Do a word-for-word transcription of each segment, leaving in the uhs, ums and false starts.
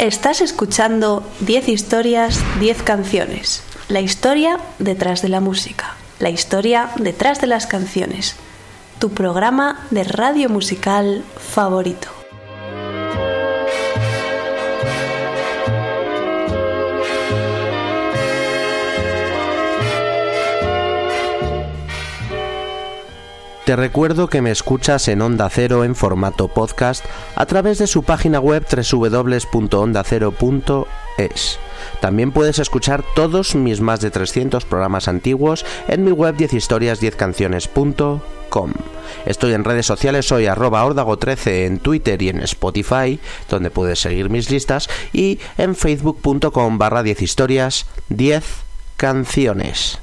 Estás escuchando diez historias, diez canciones. La historia detrás de la música. La historia detrás de las canciones. Tu programa de radio musical favorito. Te recuerdo que me escuchas en Onda Cero en formato podcast a través de su página web doble u doble u doble u punto onda cero punto es. También puedes escuchar todos mis más de trescientos programas antiguos en mi web diez historias diez canciones punto com. Estoy en redes sociales, soy arroba ordago trece en Twitter y en Spotify, donde puedes seguir mis listas, y en facebook punto com barra diez historias diez canciones.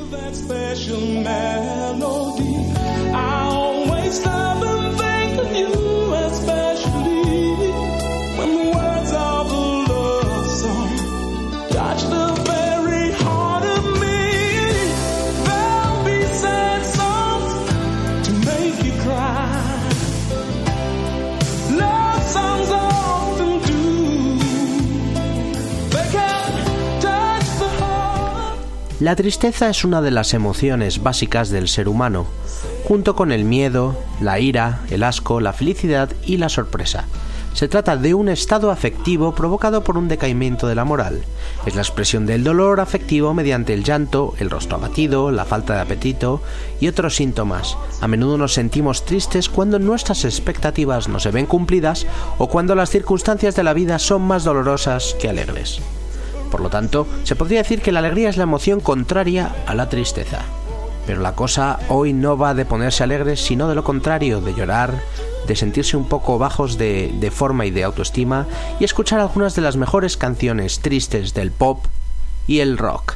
La tristeza es una de las emociones básicas del ser humano, junto con el miedo, la ira, el asco, la felicidad y la sorpresa. Se trata de un estado afectivo provocado por un decaimiento de la moral. Es la expresión del dolor afectivo mediante el llanto, el rostro abatido, la falta de apetito y otros síntomas. A menudo nos sentimos tristes cuando nuestras expectativas no se ven cumplidas o cuando las circunstancias de la vida son más dolorosas que alegres. Por lo tanto, se podría decir que la alegría es la emoción contraria a la tristeza. Pero la cosa hoy no va de ponerse alegres, sino de lo contrario, de llorar, de sentirse un poco bajos de, de forma y de autoestima, y escuchar algunas de las mejores canciones tristes del pop y el rock.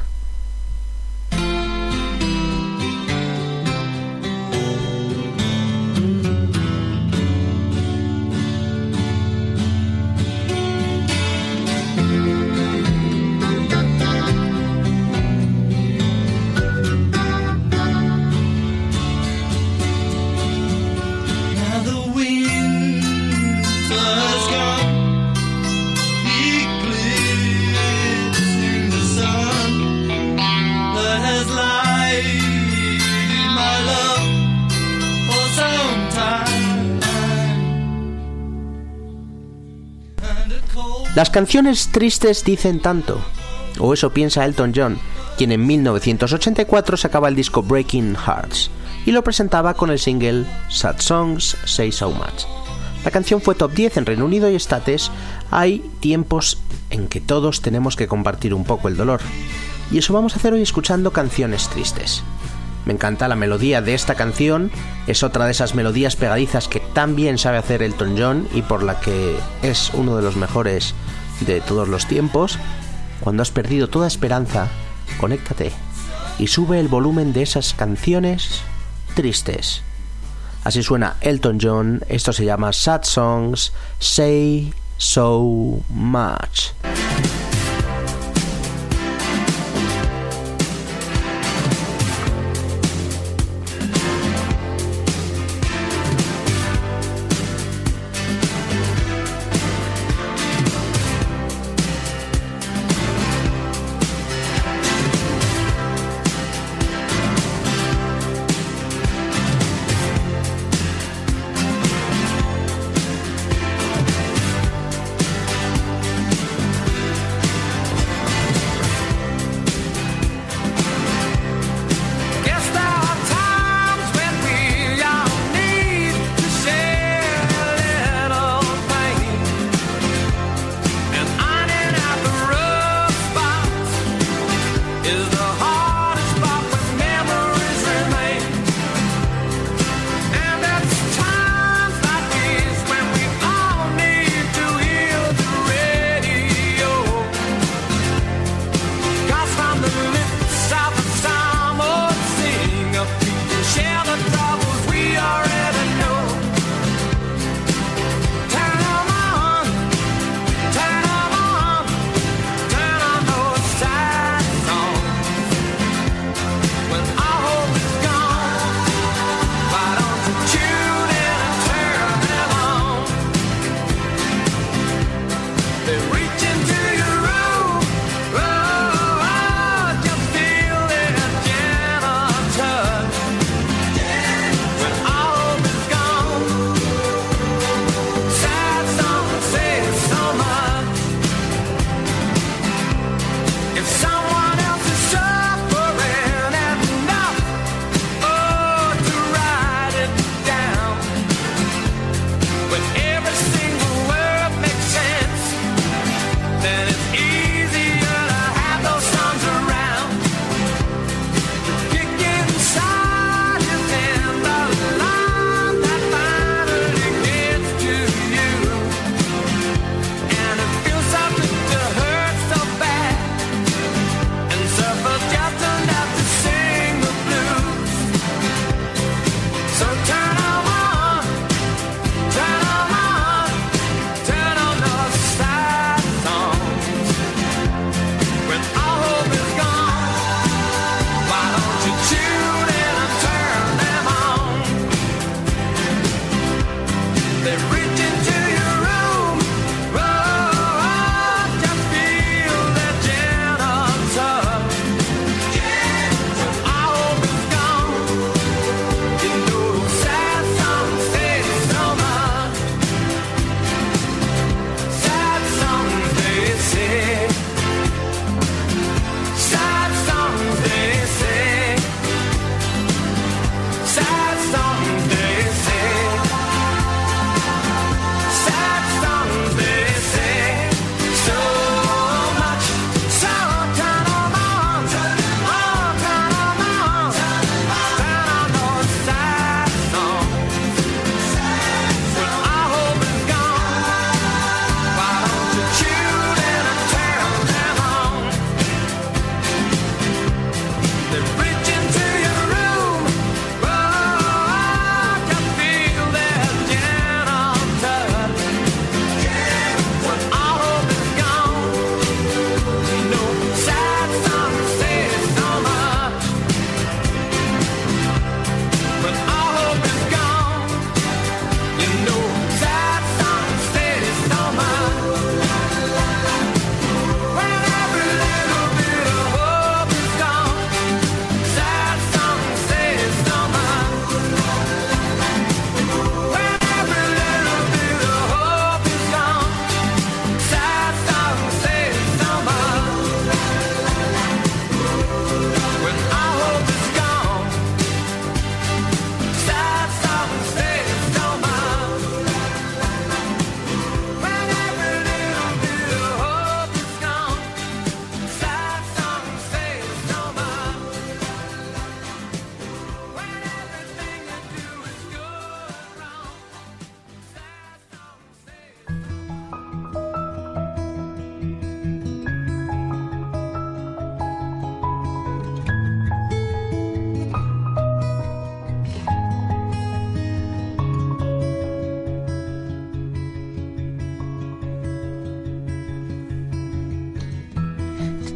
Las canciones tristes dicen tanto, o eso piensa Elton John, quien en mil novecientos ochenta y cuatro sacaba el disco Breaking Hearts y lo presentaba con el single Sad Songs Say So Much. La canción fue top diez en Reino Unido y Estates. Hay tiempos en que todos tenemos que compartir un poco el dolor, y eso vamos a hacer hoy escuchando canciones tristes. Me encanta la melodía de esta canción, es otra de esas melodías pegadizas que tan bien sabe hacer Elton John y por la que es uno de los mejores de todos los tiempos. Cuando has perdido toda esperanza, conéctate y sube el volumen de esas canciones tristes. Así suena Elton John, esto se llama Sad Songs Say So Much.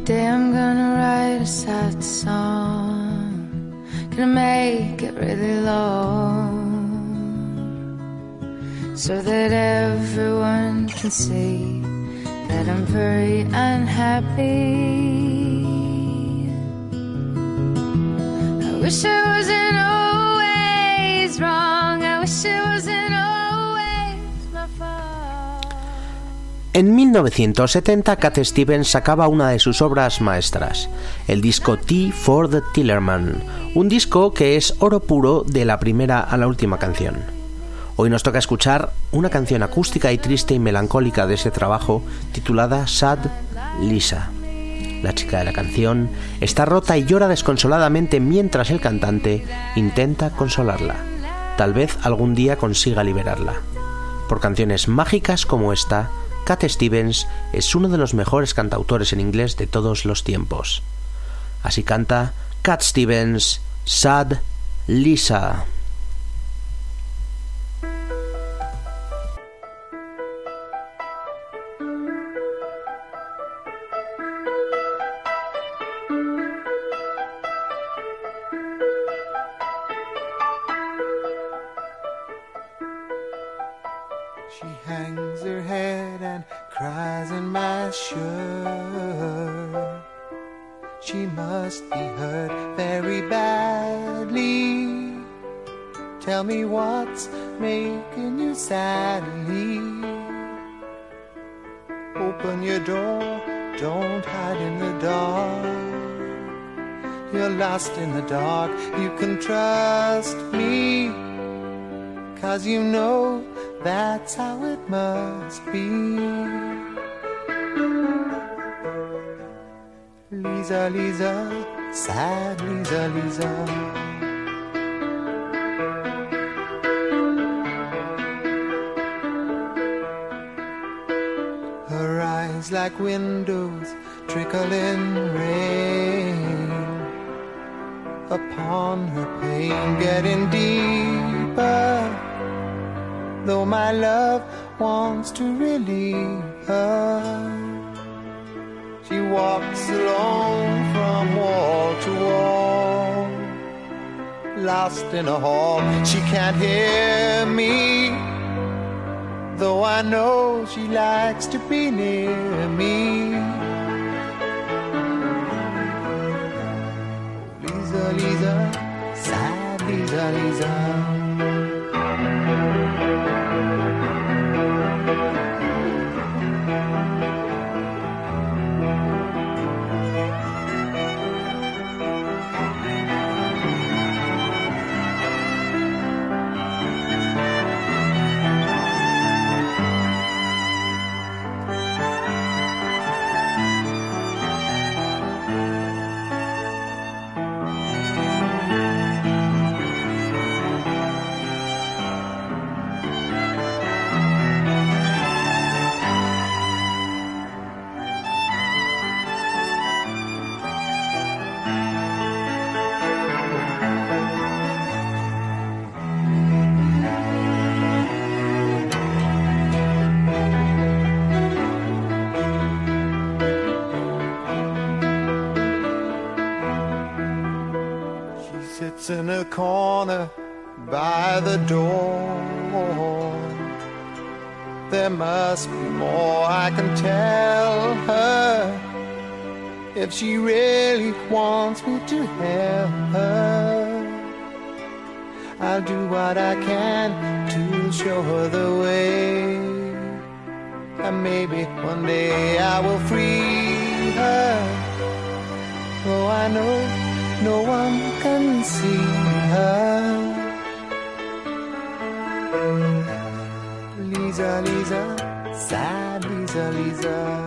Today I'm gonna write a sad song, gonna make it really long, so that everyone can see that I'm very unhappy. I wish I wasn't always wrong, I wish I wasn't always my fault. En mil novecientos setenta, Cat Stevens sacaba una de sus obras maestras, el disco Tea for the Tillerman, un disco que es oro puro de la primera a la última canción. Hoy nos toca escuchar una canción acústica y triste y melancólica de ese trabajo titulada Sad Lisa. La chica de la canción está rota y llora desconsoladamente mientras el cantante intenta consolarla. Tal vez algún día consiga liberarla. Por canciones mágicas como esta, Cat Stevens es uno de los mejores cantautores en inglés de todos los tiempos. Así canta Cat Stevens, Sad Lisa. She hangs her head and cries in my shirt. She must be hurt very badly. Tell me what's making you sadly. Open your door, don't hide in the dark. You're lost in the dark, you can trust me, 'cause you know that's how it must be. Lisa, Lisa, sad Lisa, Lisa. Her eyes like windows trickling rain upon her pain, getting deeper. Though my love wants to relieve her, she walks alone from wall to wall, lost in a hall. She can't hear me, though I know she likes to be near me. Lisa, Lisa, sad Lisa, Lisa. In a corner by the door, there must be more I can tell her, if she really wants me to help her. I'll do what I can to show her the way, and maybe one day I will free her, though I know no one can see her. Lisa, Lisa, sad Lisa, Lisa.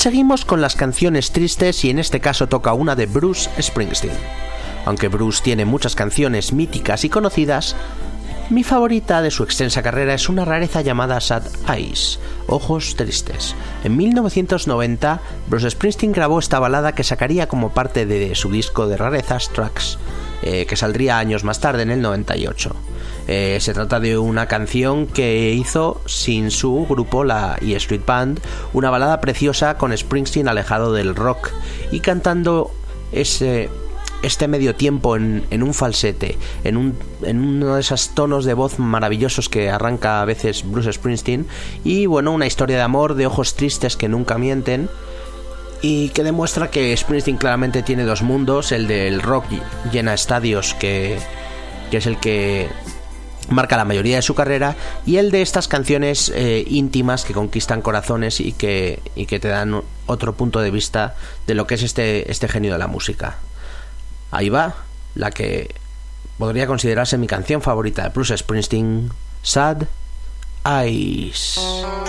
seguimos con las canciones tristes y en este caso toca una de Bruce Springsteen. Aunque Bruce tiene muchas canciones míticas y conocidas, mi favorita de su extensa carrera es una rareza llamada Sad Eyes, Ojos Tristes. En mil novecientos noventa, Bruce Springsteen grabó esta balada que sacaría como parte de su disco de rarezas Tracks, eh, que saldría años más tarde, en el noventa y ocho. Eh, se trata de una canción que hizo sin su grupo, la E Street Band, una balada preciosa con Springsteen alejado del rock y cantando ese... este medio tiempo en, en un falsete, en, un, en uno de esos tonos de voz maravillosos que arranca a veces Bruce Springsteen, y bueno, una historia de amor, de ojos tristes que nunca mienten, y que demuestra que Springsteen claramente tiene dos mundos, el del rock llena estadios, que, que es el que marca la mayoría de su carrera, y el de estas canciones eh, íntimas que conquistan corazones y que, y que te dan otro punto de vista de lo que es este, este genio de la música. Ahí va, la que podría considerarse mi canción favorita de Bruce Springsteen, Sad Eyes.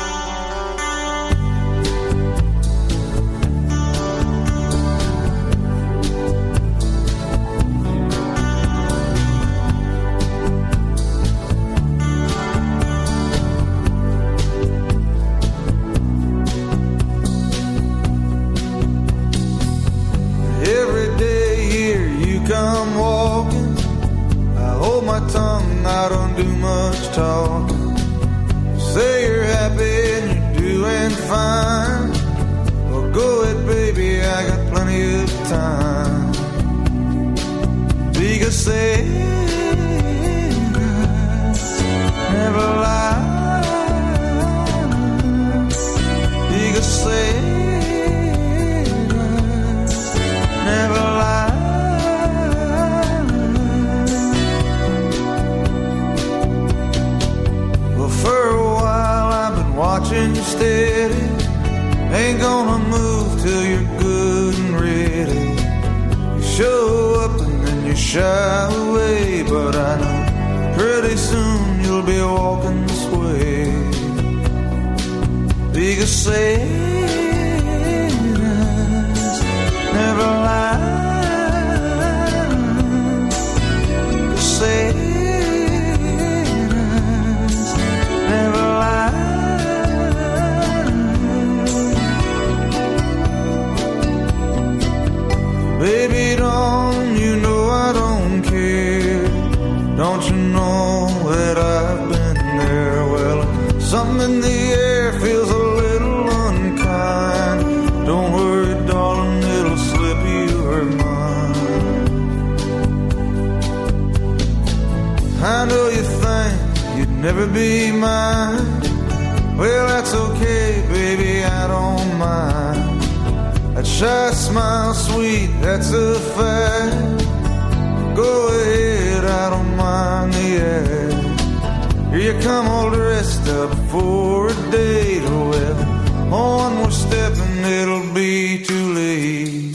I don't do much talking. Say you're happy and you're doing fine. Well, go ahead, baby, I got plenty of time. Because say never lie. Because say never lie. For a while I've been watching you steady. Ain't gonna move till you're good and ready. You show up and then you shy away, but I know pretty soon you'll be walking this way. Because Satan's never lie. Because Satan never lie. Baby, don't you know I don't care? Don't you know that I've been there? Well, something in the air feels a little unkind. Don't worry, darling, it'll slip your mind. I know you think you'd never be mine. Well, that's okay, baby, I don't mind. That shy smile, sweet, that's a fact. Go ahead, I don't mind the act. Here you come all dressed up for a date. Well, one more step and it'll be too late.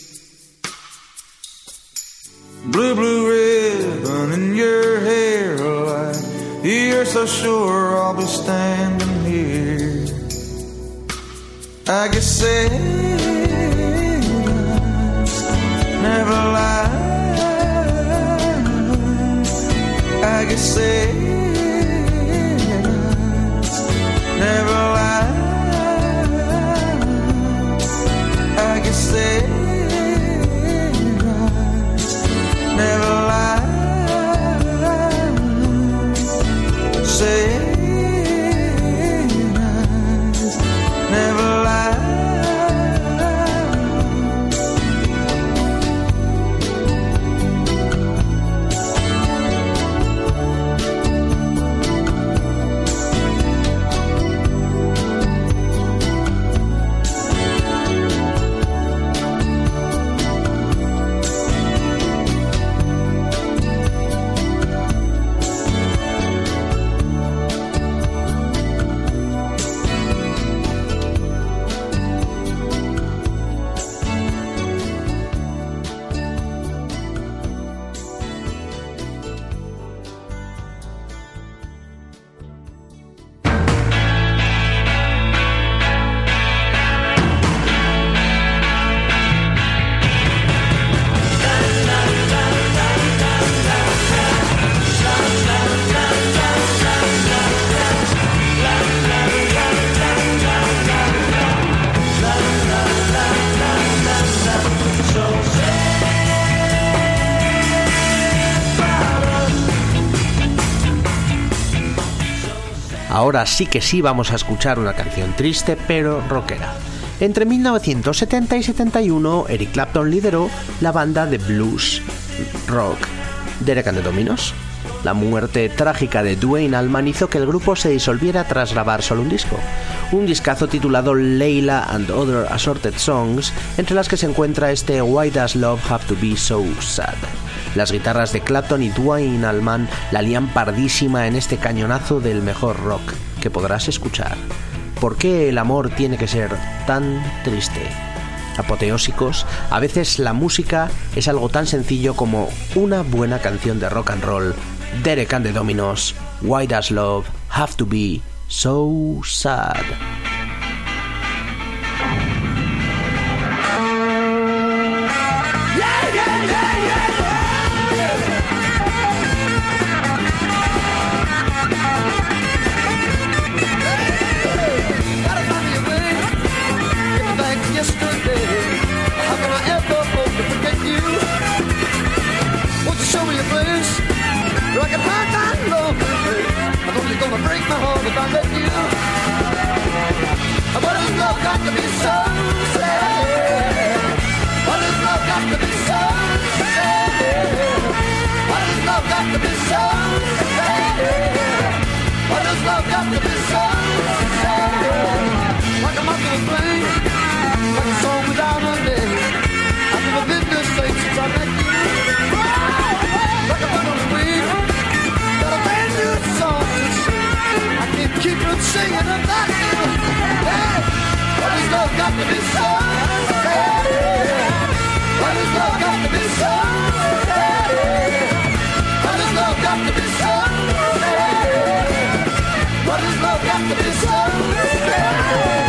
Blue, blue ribbon in your hair, like you're so sure I'll be standing here. I guess Satan's never lie. I guess Satan's never lie. I guess Satan's never lie. Satan's never lie. Ahora sí que sí vamos a escuchar una canción triste pero rockera. Entre mil novecientos setenta y setenta y uno, Eric Clapton lideró la banda de blues rock Derek and the Dominos. La muerte trágica de Duane Allman hizo que el grupo se disolviera tras grabar solo un disco, un discazo titulado Layla and Other Assorted Songs, entre las que se encuentra este Why Does Love Have to Be So Sad. Las guitarras de Clapton y Duane Allman la lían pardísima en este cañonazo del mejor rock que podrás escuchar. ¿Por qué el amor tiene que ser tan triste? Apoteósicos, a veces la música es algo tan sencillo como una buena canción de rock and roll. Derek and the Dominos, Why Does Love Have to Be So Sad? Gonna break my heart if I let you. What has love got to be so sad? What has love got to be so sad? What has love got to be so sad? What has love got to be so sad? Like a monkey with flame, like a song without a name. I've never been this safe since I met you. Like a bird on the wing, got a brand new song to sing. I can't keep from singing about you. Hey, what has love got to be so sad? What has love got to be so sad? What has love got to be so sad? What has love got to be so sad?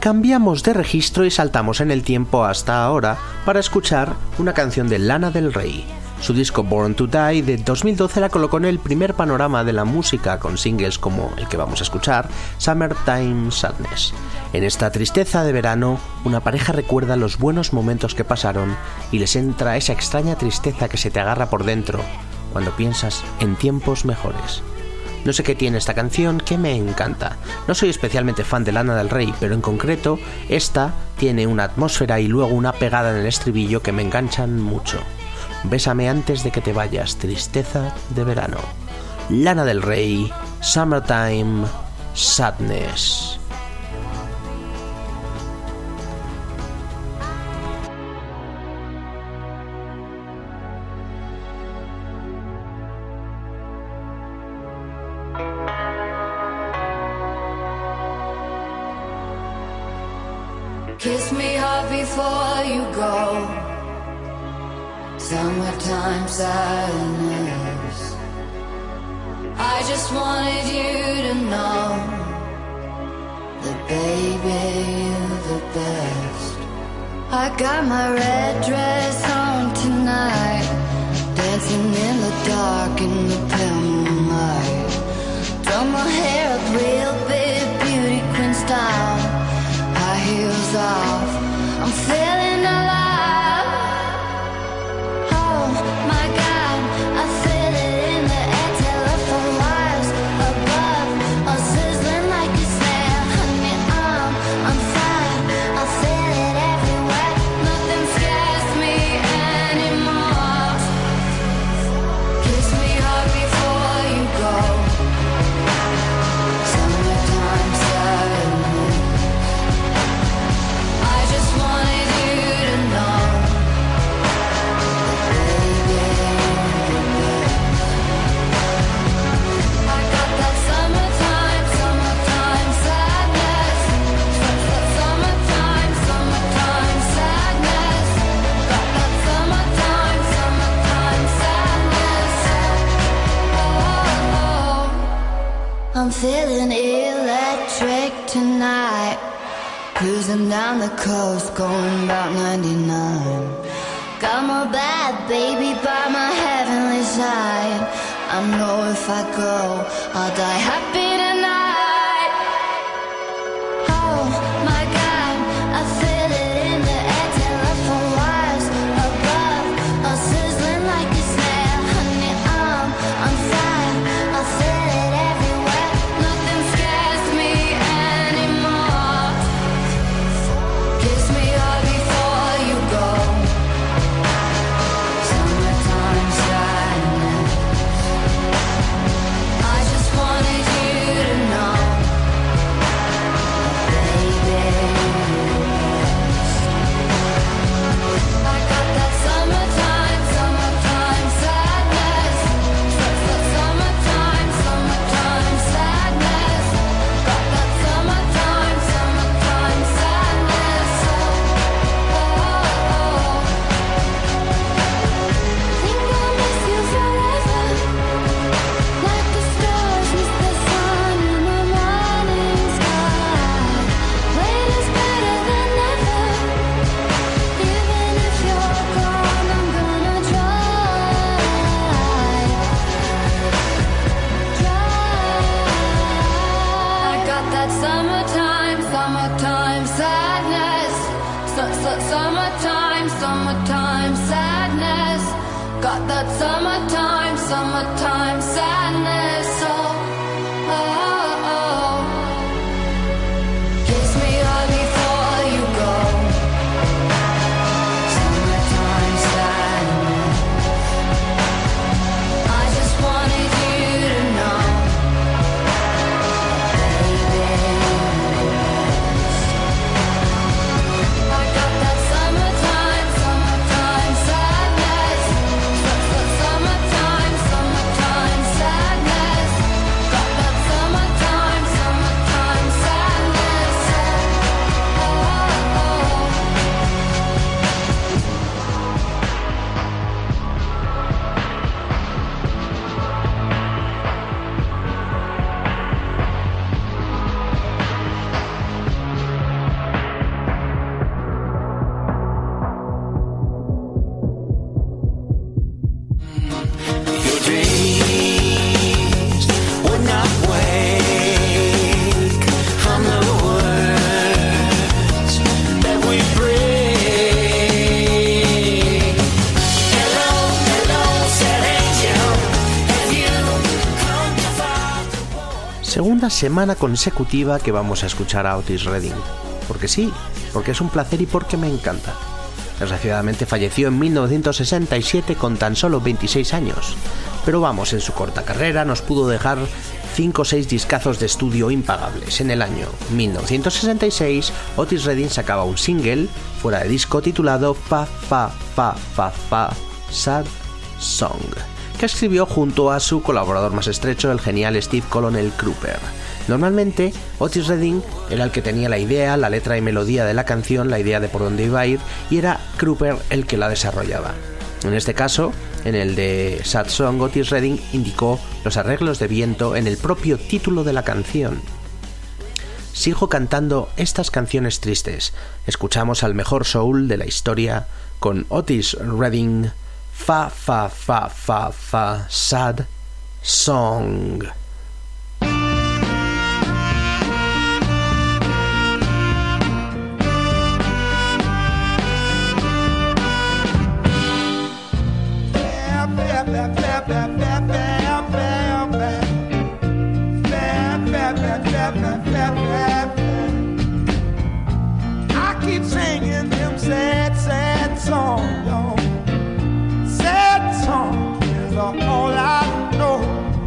cambiamos de registro y saltamos en el tiempo hasta ahora para escuchar una canción de Lana del Rey. Su disco Born to Die de dos mil doce la colocó en el primer panorama de la música con singles como el que vamos a escuchar, Summertime Sadness. En esta tristeza de verano, una pareja recuerda los buenos momentos que pasaron y les entra esa extraña tristeza que se te agarra por dentro cuando piensas en tiempos mejores. No sé qué tiene esta canción que me encanta. No soy especialmente fan de Lana del Rey, pero en concreto esta tiene una atmósfera y luego una pegada en el estribillo que me enganchan mucho. Bésame antes de que te vayas, tristeza de verano. Lana del Rey, Summertime Sadness. Kiss me hard before you go. Summertime sadness. I just wanted you to know that baby you're the best. I got my red dress on tonight, dancing in the dark in the pale moonlight. Done my hair up real big, beauty queen style. High heels off, I'm feeling alive. Oh my God, I feel it in the air, telephone wires above, all sizzling like a snare. Honey, I'm on fire, I feel it everywhere. Nothing scares me anymore. Kiss me hard before you go. Summertime sadness. I just wanted you to know that baby you're the best. I got that summertime, summertime sadness. That summertime, summertime sadness. Got that summertime, summertime sadness. Oh, I'm feeling electric tonight. Cruising down the coast, going about ninety-nine. Got my bad baby by my heavenly side. I know if I go, I'll die happy tonight. Oh my God, I feel it in the air, telephone wires above, all sizzling like a snare. Honey, I'm on fire, I feel it everywhere. Nothing scares me anymore. Kiss me hard before you go. Summertime sadness. I just wanted you to know, baby. I got that summertime, summertime sadness. That summertime, summertime sadness. Got that summertime, summertime sadness. Oh, oh, oh. Think I'll miss you forever, like the stars miss the sun in the morning sky. Wait is better than never. Even if you're gone, I'm gonna try, try. I got that summertime, summertime sadness. Su- su- summertime, summertime sadness. Got that summertime, summertime sadness. Oh, oh, oh. Kiss me hard before you go. Summertime sadness. I just wanted you to know, baby. I got that summertime, summertime Segunda semana consecutiva que vamos a escuchar a Otis Redding. Porque sí, porque es un placer y porque me encanta. Desgraciadamente falleció en mil novecientos sesenta y siete con tan solo veintiséis años. Pero vamos, en su corta carrera nos pudo dejar cinco o seis discazos de estudio impagables. En el año mil novecientos sesenta y seis, Otis Redding sacaba un single fuera de disco titulado Fa Fa Fa Fa Fa Sad Song, que escribió junto a su colaborador más estrecho, el genial Steve Colonel Cropper. Normalmente, Otis Redding era el que tenía la idea, la letra y melodía de la canción, la idea de por dónde iba a ir, y era Cropper el que la desarrollaba. En este caso, en el de Sad Song, Otis Redding indicó los arreglos de viento en el propio título de la canción. Sigo cantando estas canciones tristes. Escuchamos al mejor soul de la historia con Otis Redding, Fa Fa Fa Fa Fa Sad Song. I keep singing them sad, sad songs, y'all. Sad song is all I know.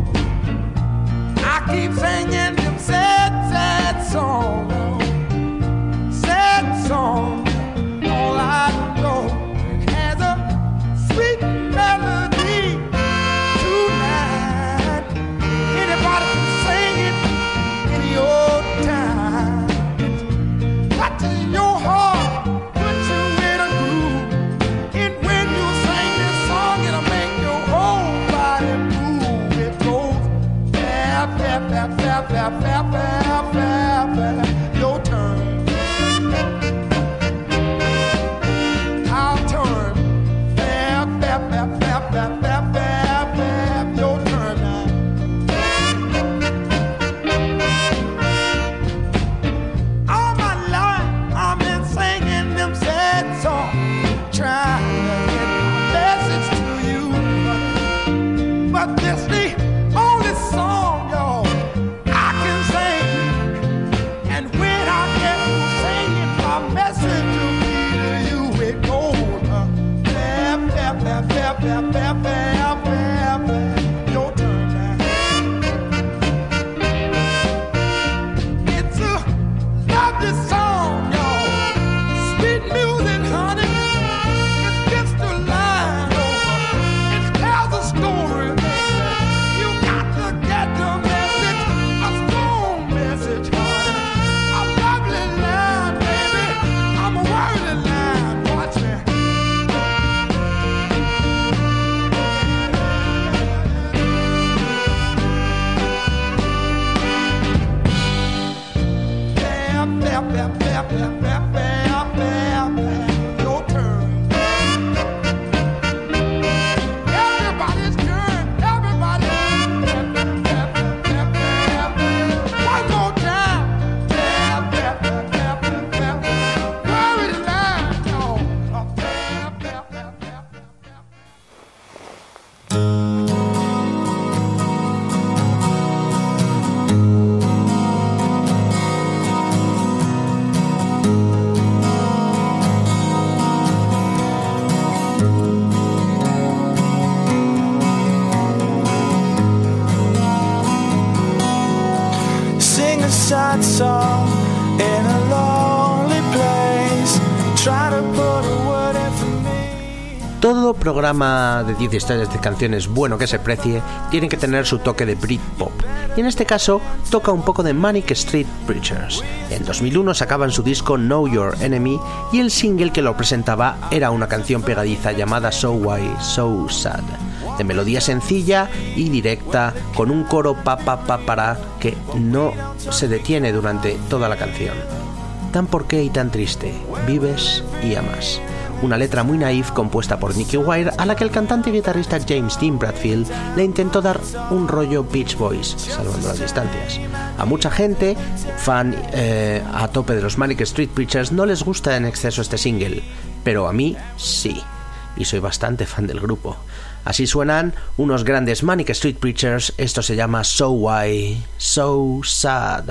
I keep singing them sad, sad songs, y'all. Sad song, all I know. It has a sweet melody tonight. Anybody can sing it any old time. What to your heart, put you in a groove. And when you sing this song, it'll make your whole body move. It goes bap, bap, bap, bap, bap, bap, bap, bap, bap. Your turn. I'll turn. Bap, bap, bap, bap, bap, bap, bap, bap. Your turn now. All my life I've been singing them sad songs, trying to get my message to you. But this the only song, y'all, I can sing. And when I get to singing my message to me to you, it goes uh, bap, bap, bap, bap, bap, bap, bap, bap, bap. Your turn now. It's a lovely song, y'all. Sweet music, honey. It's just a line over. It tells a story, baby. You got to get the message, a strong message, honey. A lovely line, baby. I'm a worthy line. Watch me. Bap, bap, bap, bap, bap, bap, bap, bap. Your turn. Everybody's turn. Everybody. Bap, bap, bap, bap, bap, bap. One more time. Bap, bap, bap, bap, bap, bap, bap. Where is that? Oh, bap, bap, bap, bap, bap, bap. Sing a sad song in a lonely place. Try to put a word in for me. Todo programa de diez historias de canciones bueno que se precie tiene que tener su toque de Britpop, y en este caso toca un poco de Manic Street Preachers. En dos mil uno sacaban su disco Know Your Enemy y el single que lo presentaba era una canción pegadiza llamada So Why So Sad, de melodía sencilla y directa, con un coro pa pa pa para que no se detiene durante toda la canción. Tan por qué y tan triste, vives y amas. Una letra muy naif compuesta por Nicky Wire, a la que el cantante y guitarrista James Dean Bradfield le intentó dar un rollo Beach Boys, salvando las distancias. A mucha gente, fan eh, a tope de los Manic Street Preachers, no les gusta en exceso este single, pero a mí sí, y soy bastante fan del grupo. Así suenan unos grandes Manic Street Preachers. Esto se llama So Why, So Sad.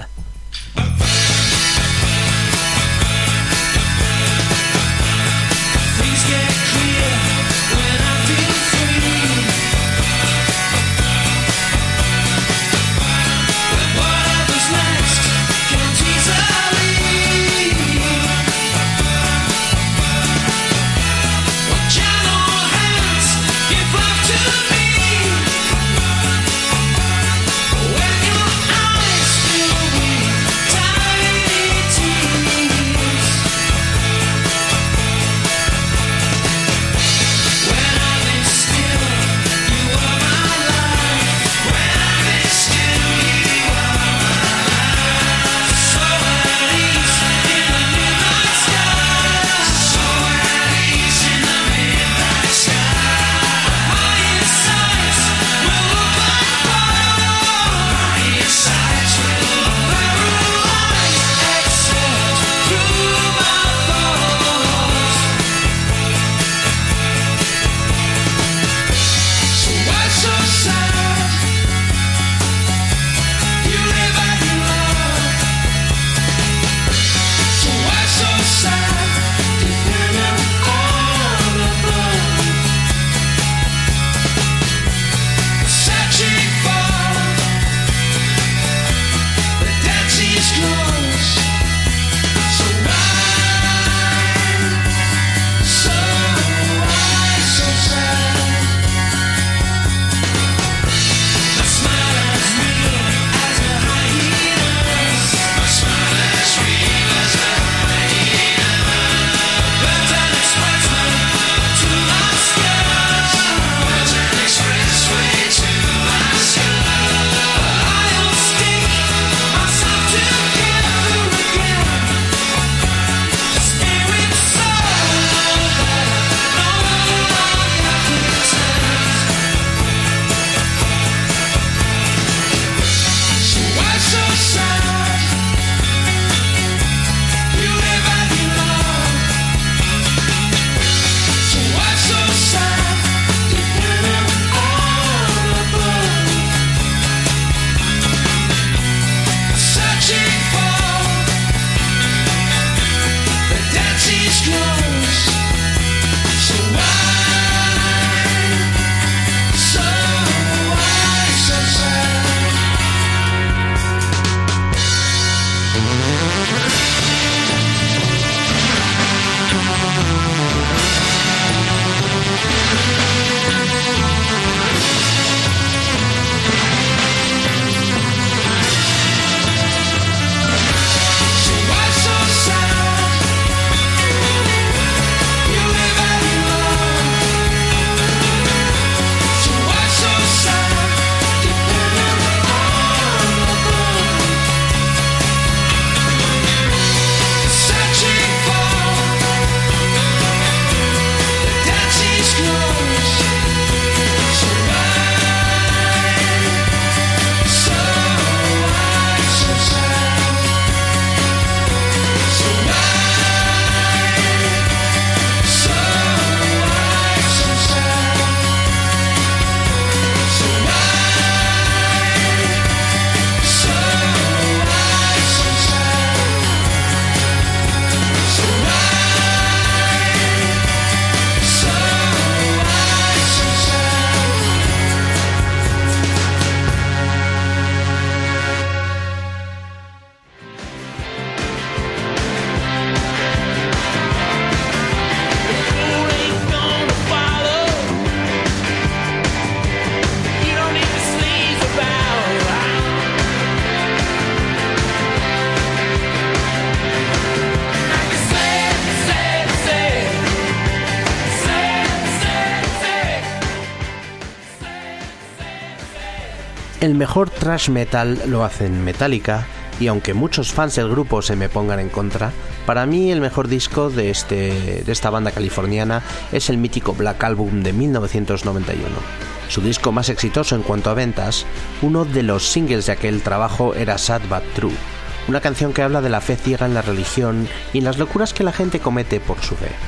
El mejor thrash metal lo hacen Metallica, y aunque muchos fans del grupo se me pongan en contra, para mí el mejor disco de, este, de esta banda californiana es el mítico Black Album de mil novecientos noventa y uno. Su disco más exitoso en cuanto a ventas, uno de los singles de aquel trabajo era Sad But True, una canción que habla de la fe ciega en la religión y en las locuras que la gente comete por su fe.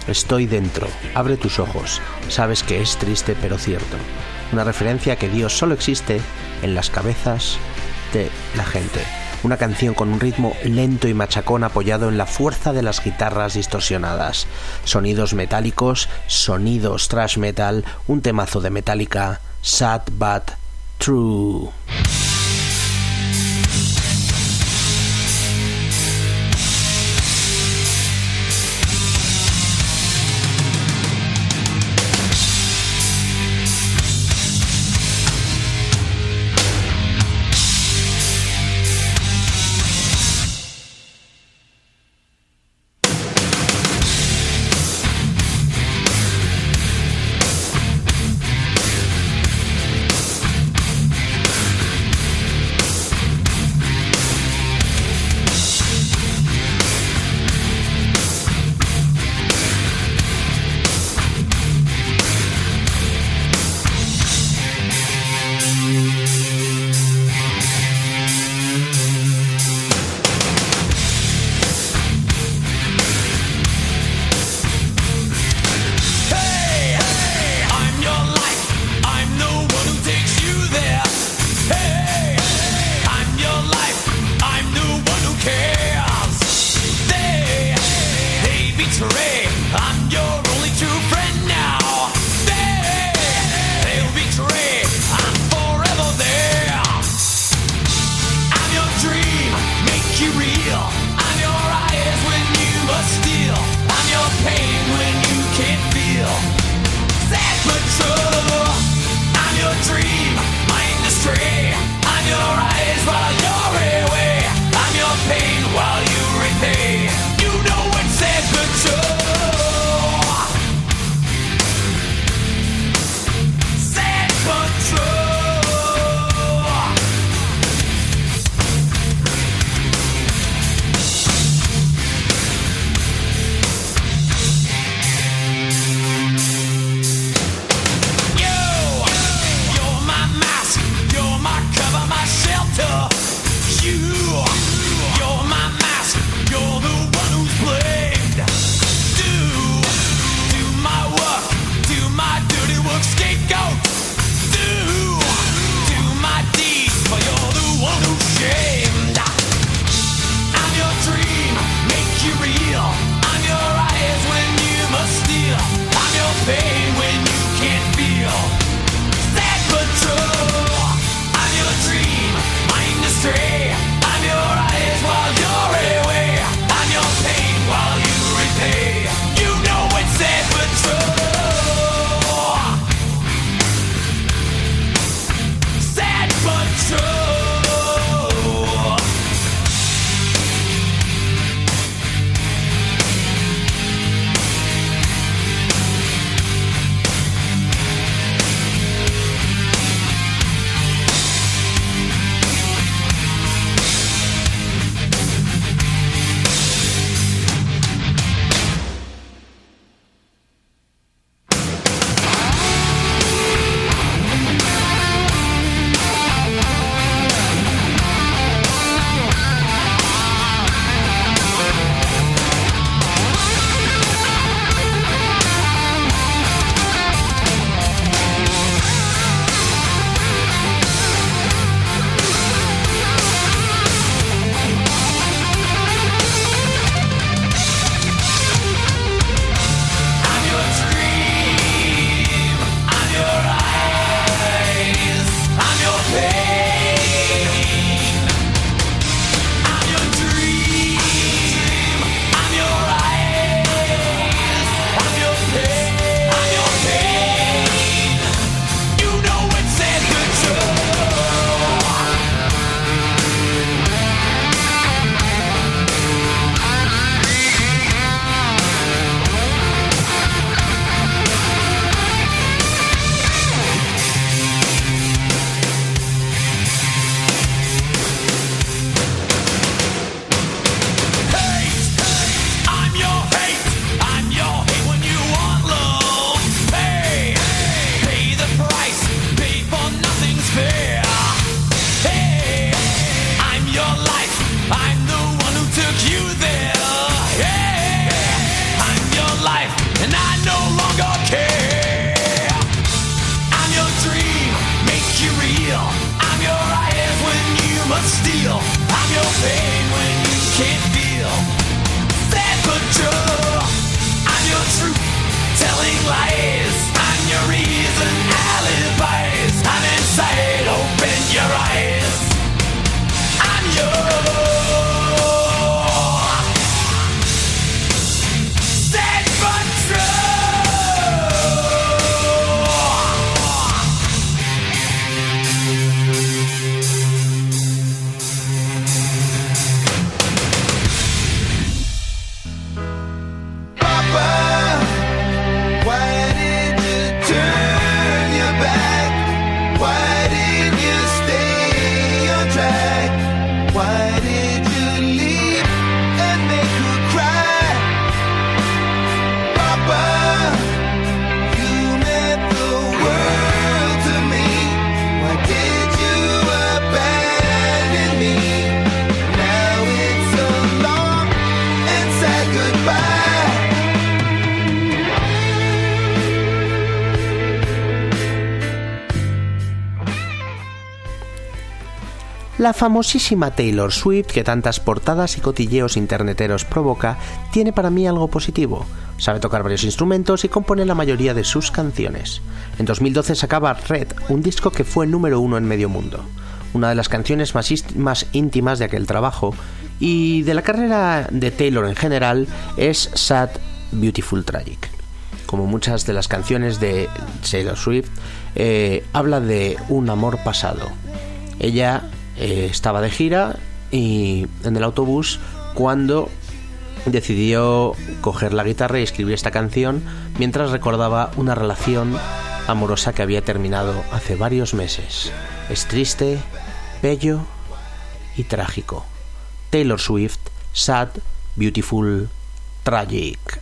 Estoy dentro, abre tus ojos, sabes que es triste pero cierto. Una referencia a que Dios solo existe en las cabezas de la gente. Una canción con un ritmo lento y machacón apoyado en la fuerza de las guitarras distorsionadas. Sonidos metálicos, sonidos thrash metal, un temazo de Metallica, Sad But True. steal. I'm your pain when you can't feel. Stand for true. I'm your truth, telling lies. I'm your reason, alibis. I'm inside, open your eyes. I'm yours. Stand for true. La famosísima Taylor Swift, que tantas portadas y cotilleos interneteros provoca, tiene para mí algo positivo. Sabe tocar varios instrumentos y compone la mayoría de sus canciones. En dos mil doce sacaba Red, un disco que fue número uno en medio mundo. Una de las canciones más, más íntimas de aquel trabajo, y de la carrera de Taylor en general, es Sad, Beautiful, Tragic. Como muchas de las canciones de Taylor Swift, eh, habla de un amor pasado. Ella eh, estaba de gira y en el autobús cuando decidió coger la guitarra y escribir esta canción mientras recordaba una relación amorosa que había terminado hace varios meses. Es triste, bello y trágico. Taylor Swift, Sad, Beautiful, Tragic.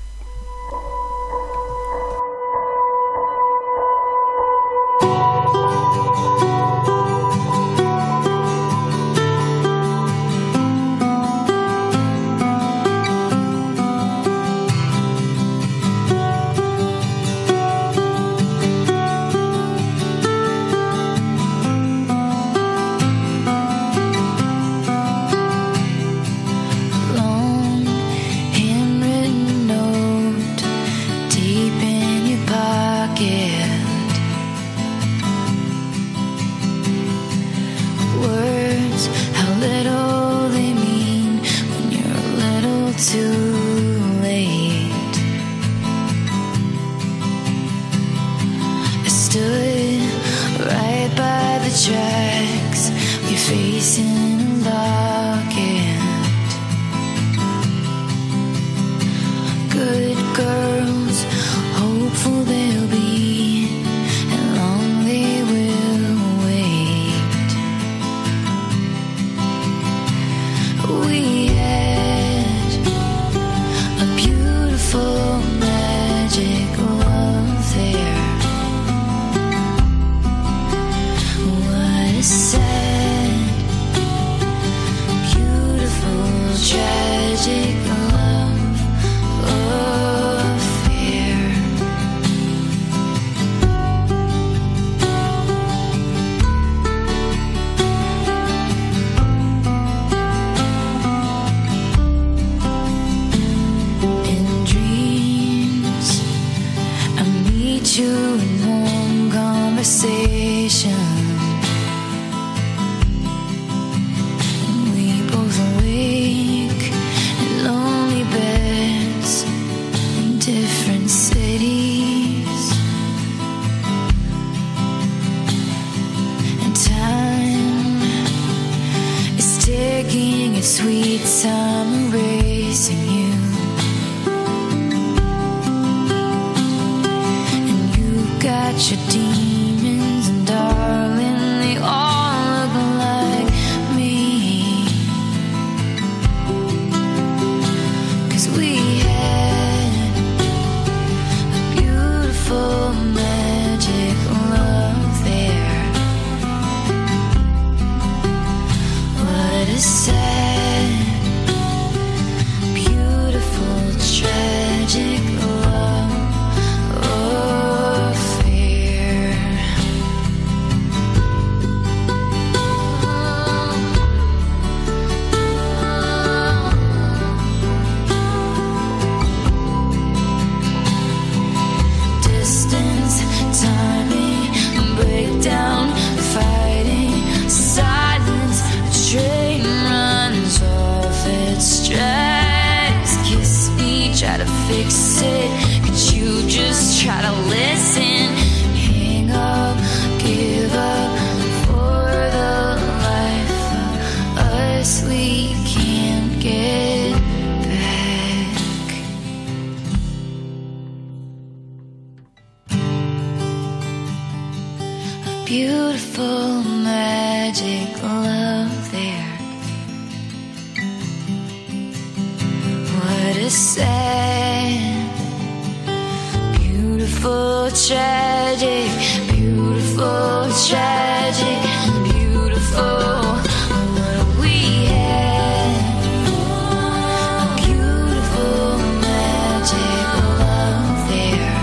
is sad. Beautiful, tragic, beautiful, tragic, beautiful. What we had, a beautiful magic love there.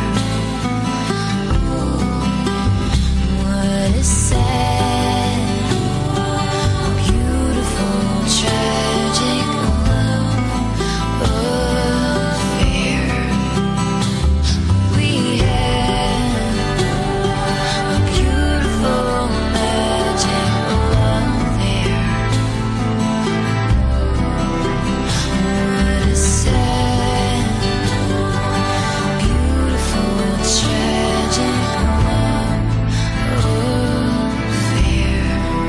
What is sad, beautiful, tragic love affair. We had a beautiful magic love there. What is sad, beautiful, tragic love affair.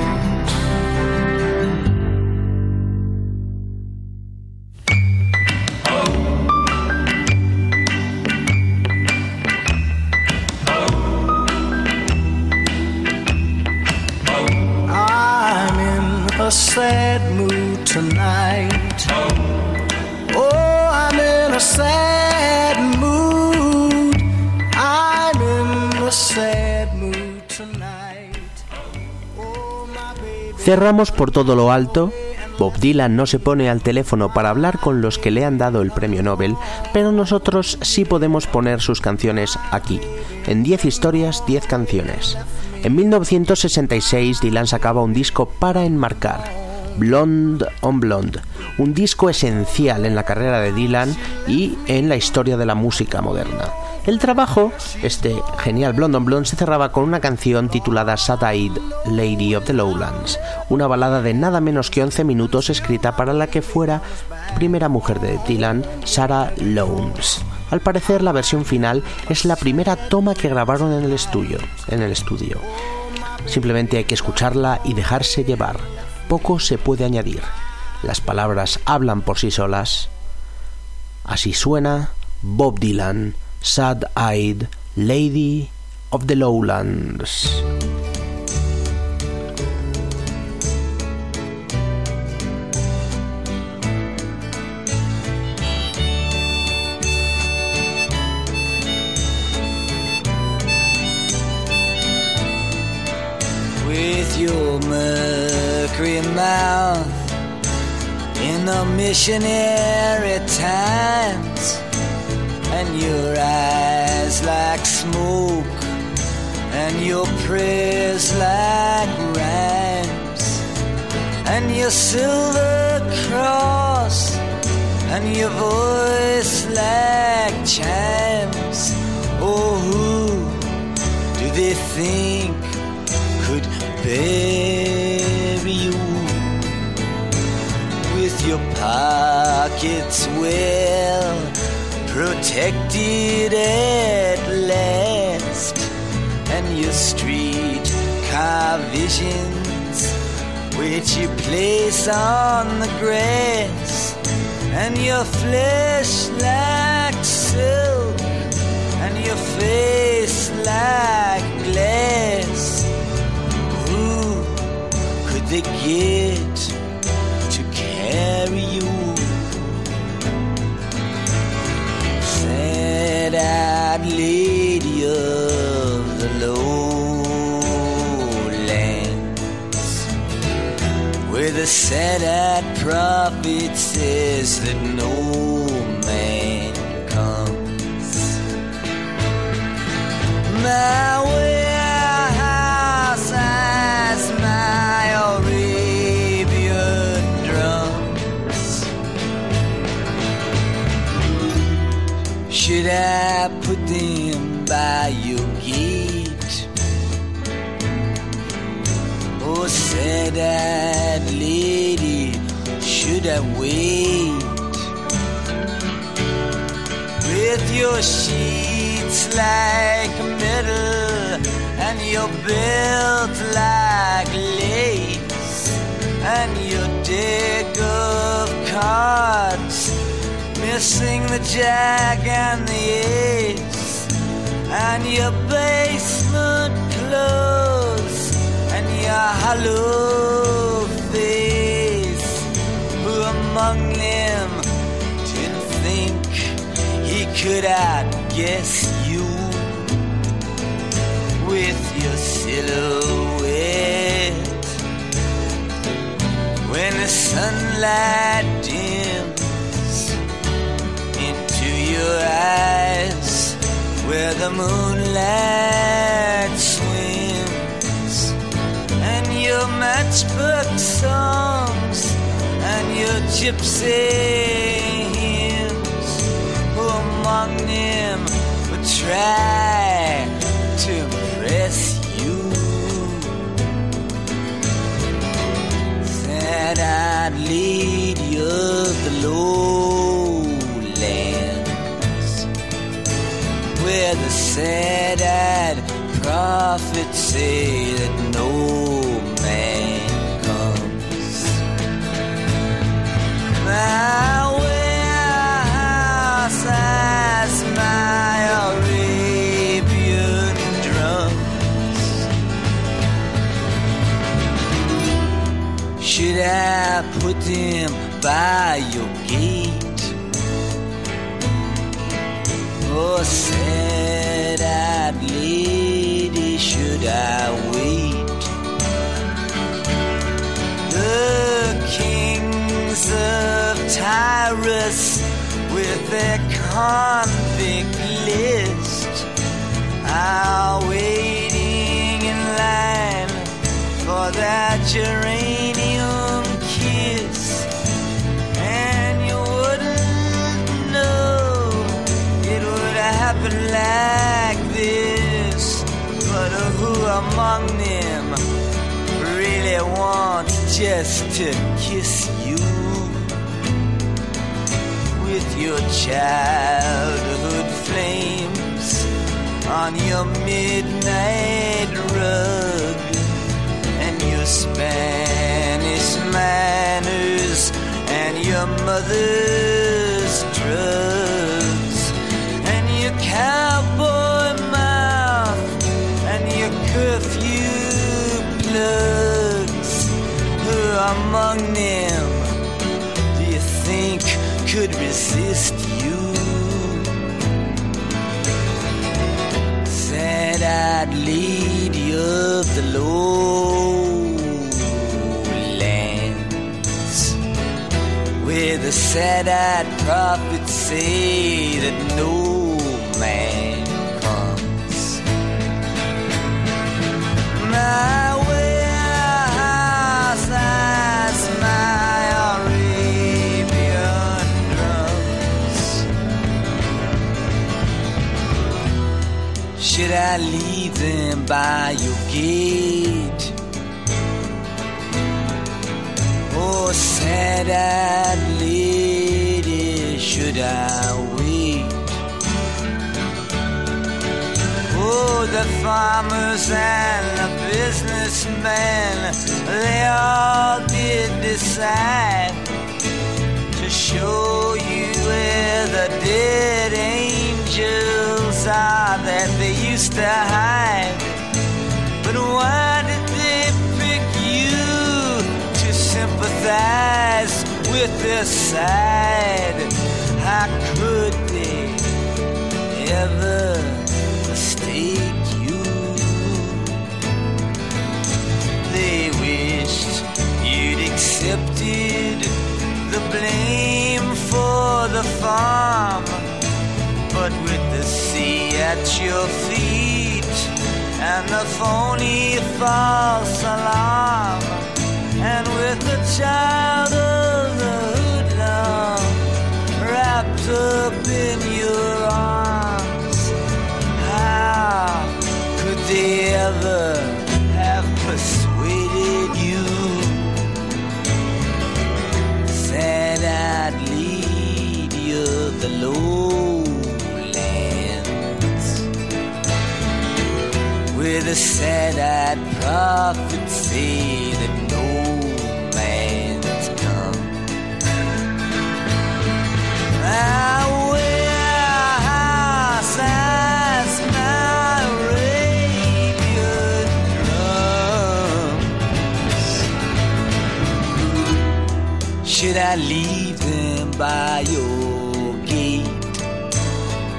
I'm in a sad mood tonight. Oh, I'm in a sad mood. I'm in a sad mood tonight. Oh, my baby. Cerramos por todo lo alto. Bob Dylan no se pone al teléfono para hablar con los que le han dado el premio Nobel, pero nosotros sí podemos poner sus canciones aquí, en diez historias, diez canciones. En mil novecientos sesenta y seis Dylan sacaba un disco para enmarcar, Blonde on Blonde, un disco esencial en la carrera de Dylan y en la historia de la música moderna. El trabajo, este genial Blonde on Blonde, se cerraba con una canción titulada Sad-Eyed Lady of the Lowlands, una balada de nada menos que once minutos escrita para la que fuera primera mujer de Dylan, Sarah Lowndes. Al parecer, la versión final es la primera toma que grabaron en el estudio. En el estudio. Simplemente hay que escucharla y dejarse llevar. Poco se puede añadir. Las palabras hablan por sí solas. Así suena Bob Dylan, Sad-Eyed Lady of the Lowlands. With your mercury mouth in the missionary times, and your eyes like smoke, and your prayers like rhymes, and your silver cross, and your voice like chimes. Oh, who do they think could bury you? With your pockets well protected at last, and your street car visions which you place on the grass, and your flesh like silk, and your face like glass. Who could they get to carry you? Sad-eyed lady of the lowlands, where the sad-eyed prophet says that no man comes. My warehouse has my Arabian drums. Should I put them by your gate? Oh, sad-eyed lady, should I wait? With your sheets like metal, and your belt like lace, and your deck of cards missing the jack and the ace, and your basement clothes, and your hollow face. Who among them did think could outguess you with your silhouette. When the sunlight dims into your eyes, where the moonlight swims, and your matchbook songs and your gypsy hymns, who among them would try to impress you? That I'd lead you the lowlands, where the sad-eyed prophets say that no man comes. My warehouse has my Arabian drums. Should I put them by your gate, or sad-eyed lady, should I wait? The kings of Tyrus with their convict list are waiting in line for that geranium kiss, and you wouldn't know it would happen like this. But who among them really wants just to kiss you with your childhood flames on your midnight rug, and your Spanish manners and your mother's drugs, and your cowboy mouth and your curfew plugs? Who among them do you think could resist you? Said I'd lead you of the lowlands, where the sad-eyed prophets say that no man comes. My warehouse has my Arabian drums. Should I leave them by your gate, oh sad-eyed lady, should I wait? Oh, the farmers and the businessmen, they all did decide to show you where the dead angels are that they used to hide. But why did they pick you to sympathize with their side? How could they ever mistake you? They wished you'd accepted the blame for the farm, but with the sea at your feet and the phony false alarm, and with the child of the hoodlum wrapped up in your arms, how could they ever have persuaded you? Said I'd lead you the lowlands, where the sad-eyed prophets say that no man's come. My warehouse has my Arabian drums. Should I leave them by your gate,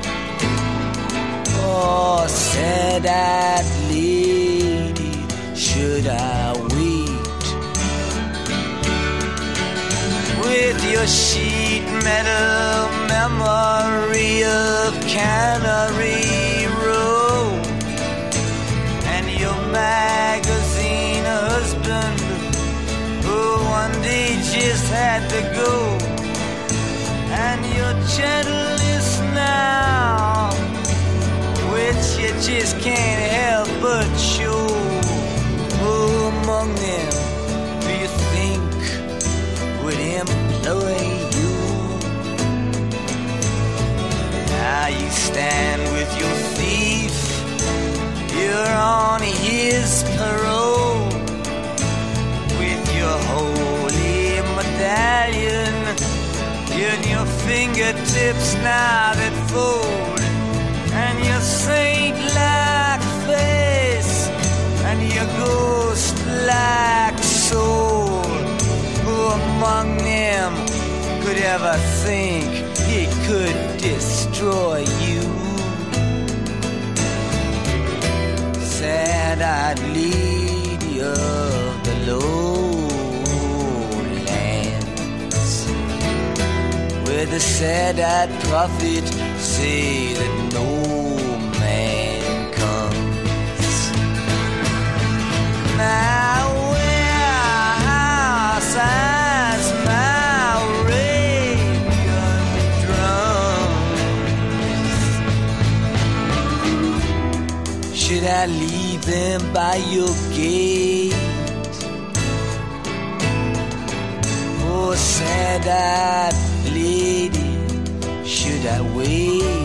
Oh, sad-eyed lady, should I wait? With your sheet metal memory of Cannery Row, and your magazine husband who one day just had to go, and your gentleness now, which you just can't help but show. Who among them do you think would employ you? Now you stand with your thief, you're on his parole, with your holy medallion in your fingertips now that fold, and your saint-like face, and your ghost-like soul. Who among them could ever think he could destroy you? Sad-eyed lady of the lowlands, where the sad-eyed prophet say that no man comes. My warehouse has my Reagan drums. Should I leave them by your gate? Oh, sad-eyed lady, should I wait?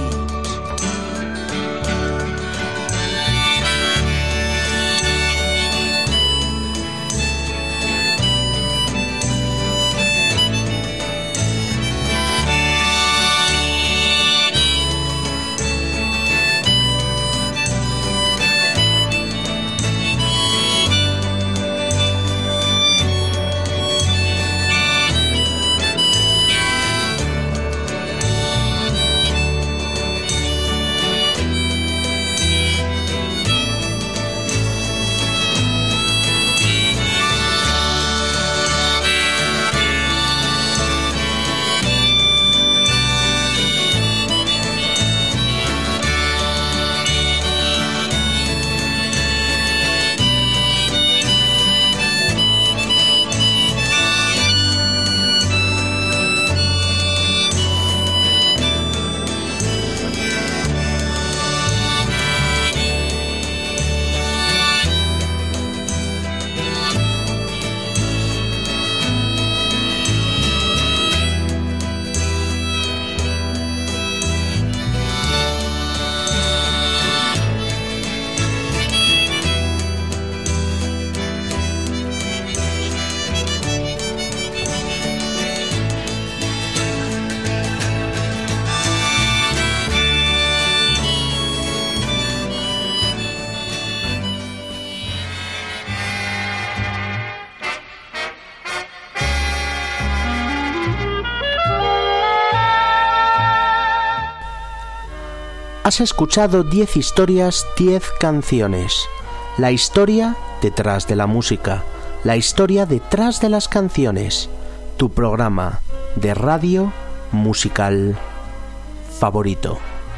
Has escuchado diez historias, diez canciones. La historia detrás de la música, la historia detrás de las canciones. Tu programa de radio musical favorito.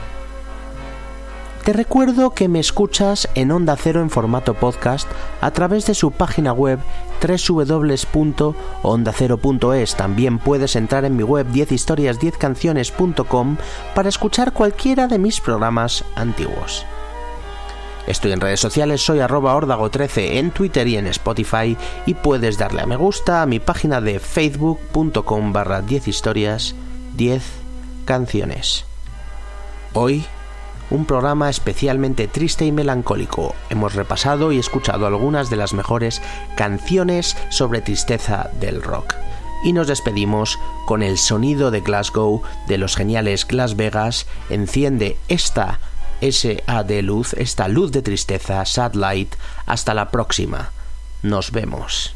Te recuerdo que me escuchas en Onda Cero en formato podcast a través de su página web doble u doble u doble u punto onda cero punto es. También puedes entrar en mi web diez historias diez canciones punto com para escuchar cualquiera de mis programas antiguos. Estoy en redes sociales, soy arroba órdago trece en Twitter y en Spotify, y puedes darle a me gusta a mi página de facebook punto com barra diez historias diez canciones. Hoy, un programa especialmente triste y melancólico. Hemos repasado y escuchado algunas de las mejores canciones sobre tristeza del rock. Y nos despedimos con el sonido de Glasgow de los geniales Las Vegas. Enciende esta S A de luz, esta luz de tristeza, Sad Light. Hasta la próxima. Nos vemos.